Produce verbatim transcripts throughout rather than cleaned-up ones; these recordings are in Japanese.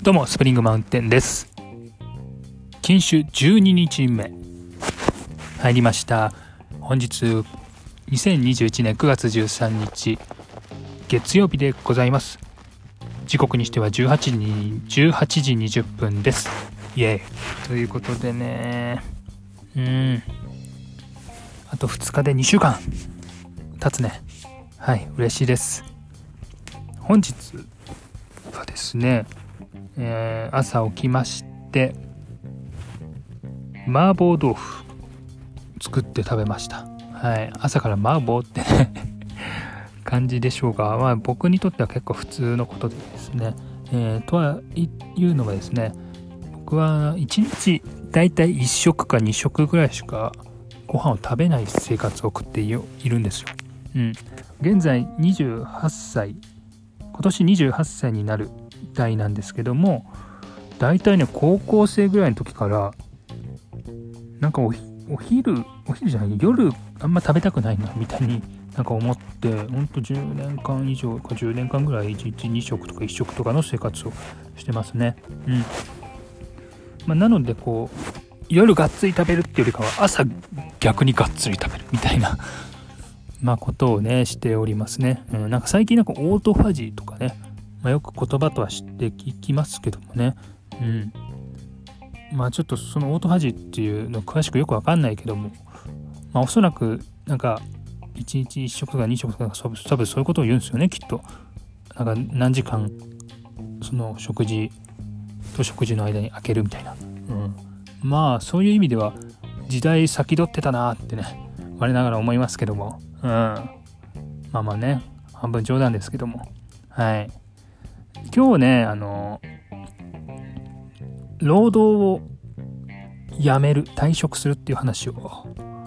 どうもスプリングマウンテンです。禁酒じゅうににちめ入りました。本日にせんにじゅういちねんくがつじゅうさんにち月曜日でございます。時刻にしてはじゅうはちじにじゅっぷんです。イエーイということでね、うんあとふつかでにしゅうかん経つね。はい、嬉しいです。本日はですね、えー、朝起きまして麻婆豆腐作って食べました。はい、朝から麻婆ってね感じでしょうが、まあ、僕にとっては結構普通のことでですね、えー、とはいうのがですね、僕はいちにちだいたいいっしょくかにしょくぐらいしかご飯を食べない生活を送っているんですよ。うん、現在にじゅうはっさい、今年にじゅうはっさいになる代なんですけども、だいたいね高校生ぐらいの時からなんかおお昼お昼じゃない夜あんま食べたくないなみたいになんか思って、ほんとじゅうねんかん以上かじゅうねんかんぐらいいちにちにしょくとかいっしょくとかの生活をしてますね。うんまあ、なのでこう夜がっつり食べるっていうよりかは朝逆にがっつり食べるみたいなまあことをねしておりますね。うん、なんか最近なんかオートファジーとかね、まあ、よく言葉とは知って聞きますけどもね、うん、まあちょっとそのオートファジーっていうの詳しくよくわかんないけども、まあおそらくなんかいちにちいっしょくとかにしょくとか多分そういうことを言うんですよね、きっと。なんか何時間その食事と食事の間に空けるみたいな、うん、まあそういう意味では時代先取ってたなってね我ながら思いますけども、うん、まあまあね半分冗談ですけども、はい今日ねあの労働をやめる退職するっていう話を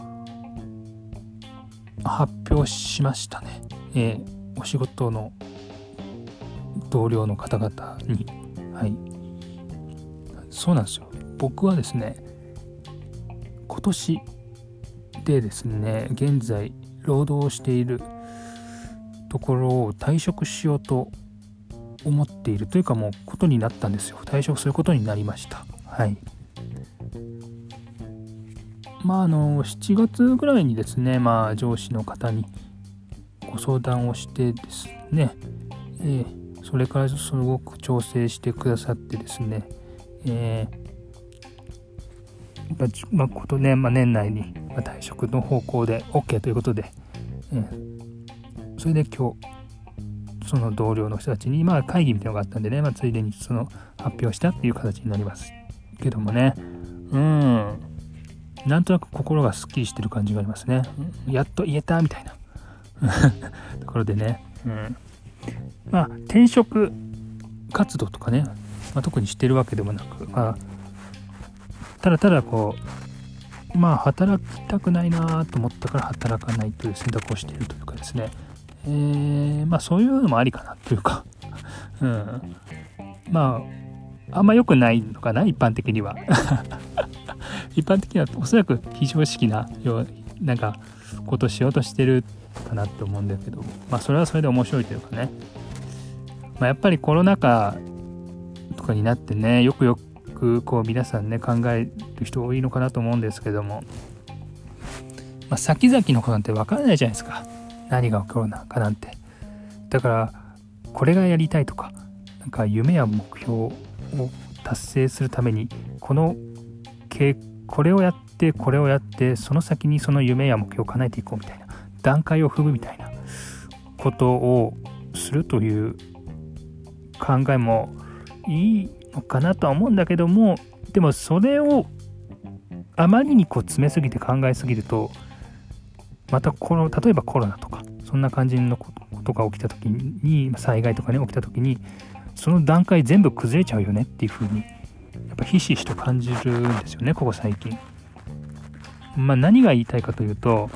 発表しましたね。えー、お仕事の同僚の方々に、はい、そうなんですよ。僕はですね、今年でですね、現在労働をしているところを退職しようと思っているというかもうことになったんですよ。退職することになりました。はい。まああのしちがつぐらいにですね、まあ上司の方にご相談をしてですね、えー、それからすごく調整してくださってですね、えー、まあことね、まあ、年内に退職の方向で OK ということで、えー、それで今日その同僚の人たちにまあ会議みたいなのがあったんでね、まあ、ついでにその発表したっていう形になりますけどもね、うんなんとなく心がすっきりしてる感じがありますね。やっと言えたみたいなところでね、うん、まあ転職活動とかね、まあ、特にしてるわけでもなく、まあ、ただただこうまあ働きたくないなと思ったから働かないという選択をしているというかですね、えー、まあそういうのもありかなというか、うん、まああんま良くないのかな一般的には一般的にはおそらく非常識ななんかことしようとしてるかなって思うんだけど、まあそれはそれで面白いというかね、まあ、やっぱりコロナ禍とかになってねよくよくこう皆さんね考える人多いのかなと思うんですけども、まあ、先々のことなんて分からないじゃないですか、何が起こるのかなんて。だからこれがやりたいとかなんか夢や目標を達成するためにこのこれをやってこれをやってその先にその夢や目標を叶えていこうみたいな段階を踏むみたいなことをするという考えもいいのかなとは思うんだけども、でもそれをあまりにこう詰めすぎて考えすぎるとまたこの例えばコロナとかそんな感じのことが起きた時に災害とかね起きた時にその段階全部崩れちゃうよねっていう風にやっぱひしひしと感じるんですよね、ここ最近。まあ何が言いたいかというと、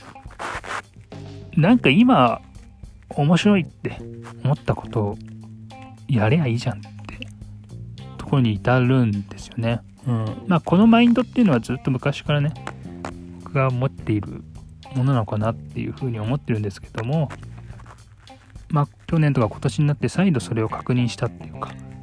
なんか今面白いって思ったことをやればいいじゃんってところに至るんですよね。うん、まあこのマインドっていうのはずっと昔からね僕が持っているものなのかなっていうふうに思ってるんですけども、まあ去年とか今年になって再度それを確認したっていうか、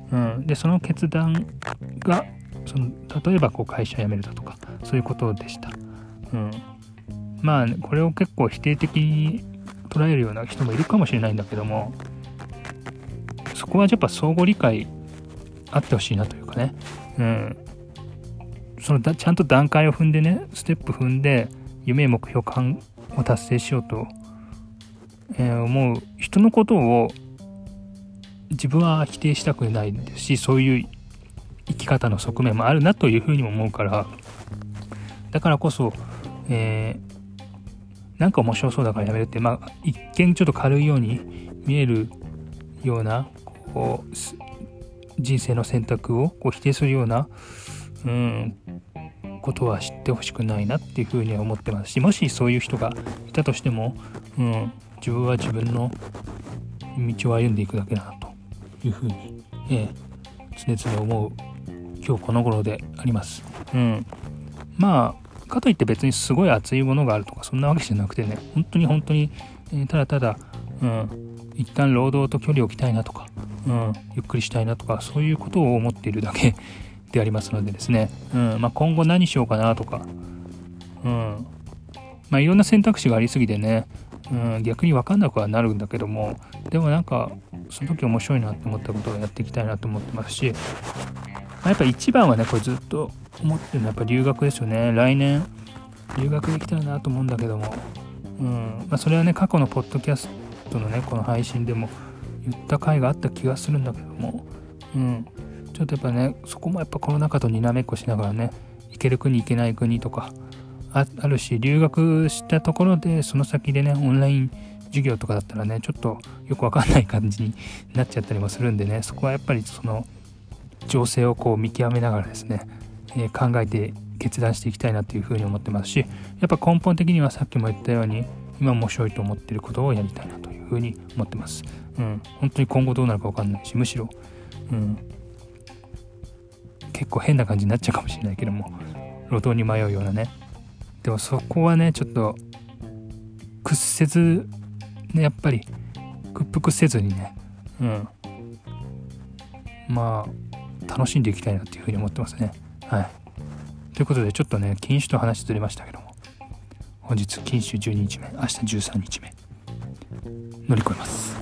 うん、でその決断がその例えばこう会社辞めるだとかそういうことでした。うん、まあこれを結構否定的に捉えるような人もいるかもしれないんだけども、そこはやっぱ相互理解あってほしいなというかね、うん、そのだちゃんと段階を踏んでね、ステップ踏んで夢目標感を達成しようと、えー、思う人のことを自分は否定したくないですし、そういう生き方の側面もあるなというふうにも思うから、だからこそ、えー、なんか面白そうだからやめるって、まあ一見ちょっと軽いように見えるようなこう人生の選択をこう否定するような、うん、ことは知ってほしくないなっていうふうには思ってますし、もしそういう人がいたとしても、うん、自分は自分の道を歩んでいくだけだなというふうに、えー、常々思う今日この頃であります。うん、まあかといって別にすごい熱いものがあるとかそんなわけじゃなくてね、本当に本当に、えー、ただただ、うん、一旦労働と距離を置きたいなとか、うん、ゆっくりしたいなとかそういうことを思っているだけでありますのでですね、うんまあ、今後何しようかなとか、うんまあ、いろんな選択肢がありすぎてね、うん、逆に分かんなくはなるんだけども、でもなんかその時面白いなって思ったことをやっていきたいなと思ってますし、まあ、やっぱ一番はねこれずっと思ってるのはやっぱ留学ですよね。来年留学できたらなと思うんだけども、うんまあ、それはね過去のポッドキャストのねこの配信でも言った回があった気がするんだけども、うん、ちょっとやっぱねそこもやっぱコロナ禍とにらめっこしながらね、行ける国行けない国とか あ, あるし、留学したところでその先でねオンライン授業とかだったらねちょっとよくわかんない感じになっちゃったりもするんでね、そこはやっぱりその情勢をこう見極めながらですね、えー、考えて決断していきたいなというふうに思ってますし、やっぱ根本的にはさっきも言ったように今面白いと思っていることをやりたいなというふうに思ってます。うん、本当に今後どうなるか分かんないし、むしろ、うん、結構変な感じになっちゃうかもしれないけども、路頭に迷うようなね。でもそこはねちょっと屈せずね、やっぱり屈服せずにね、うん、まあ楽しんでいきたいなっていうふうに思ってますね。はい。ということでちょっとね禁酒と話ずれましたけども、本日禁酒じゅうににちめ、明日じゅうさんにちめ乗り越えます。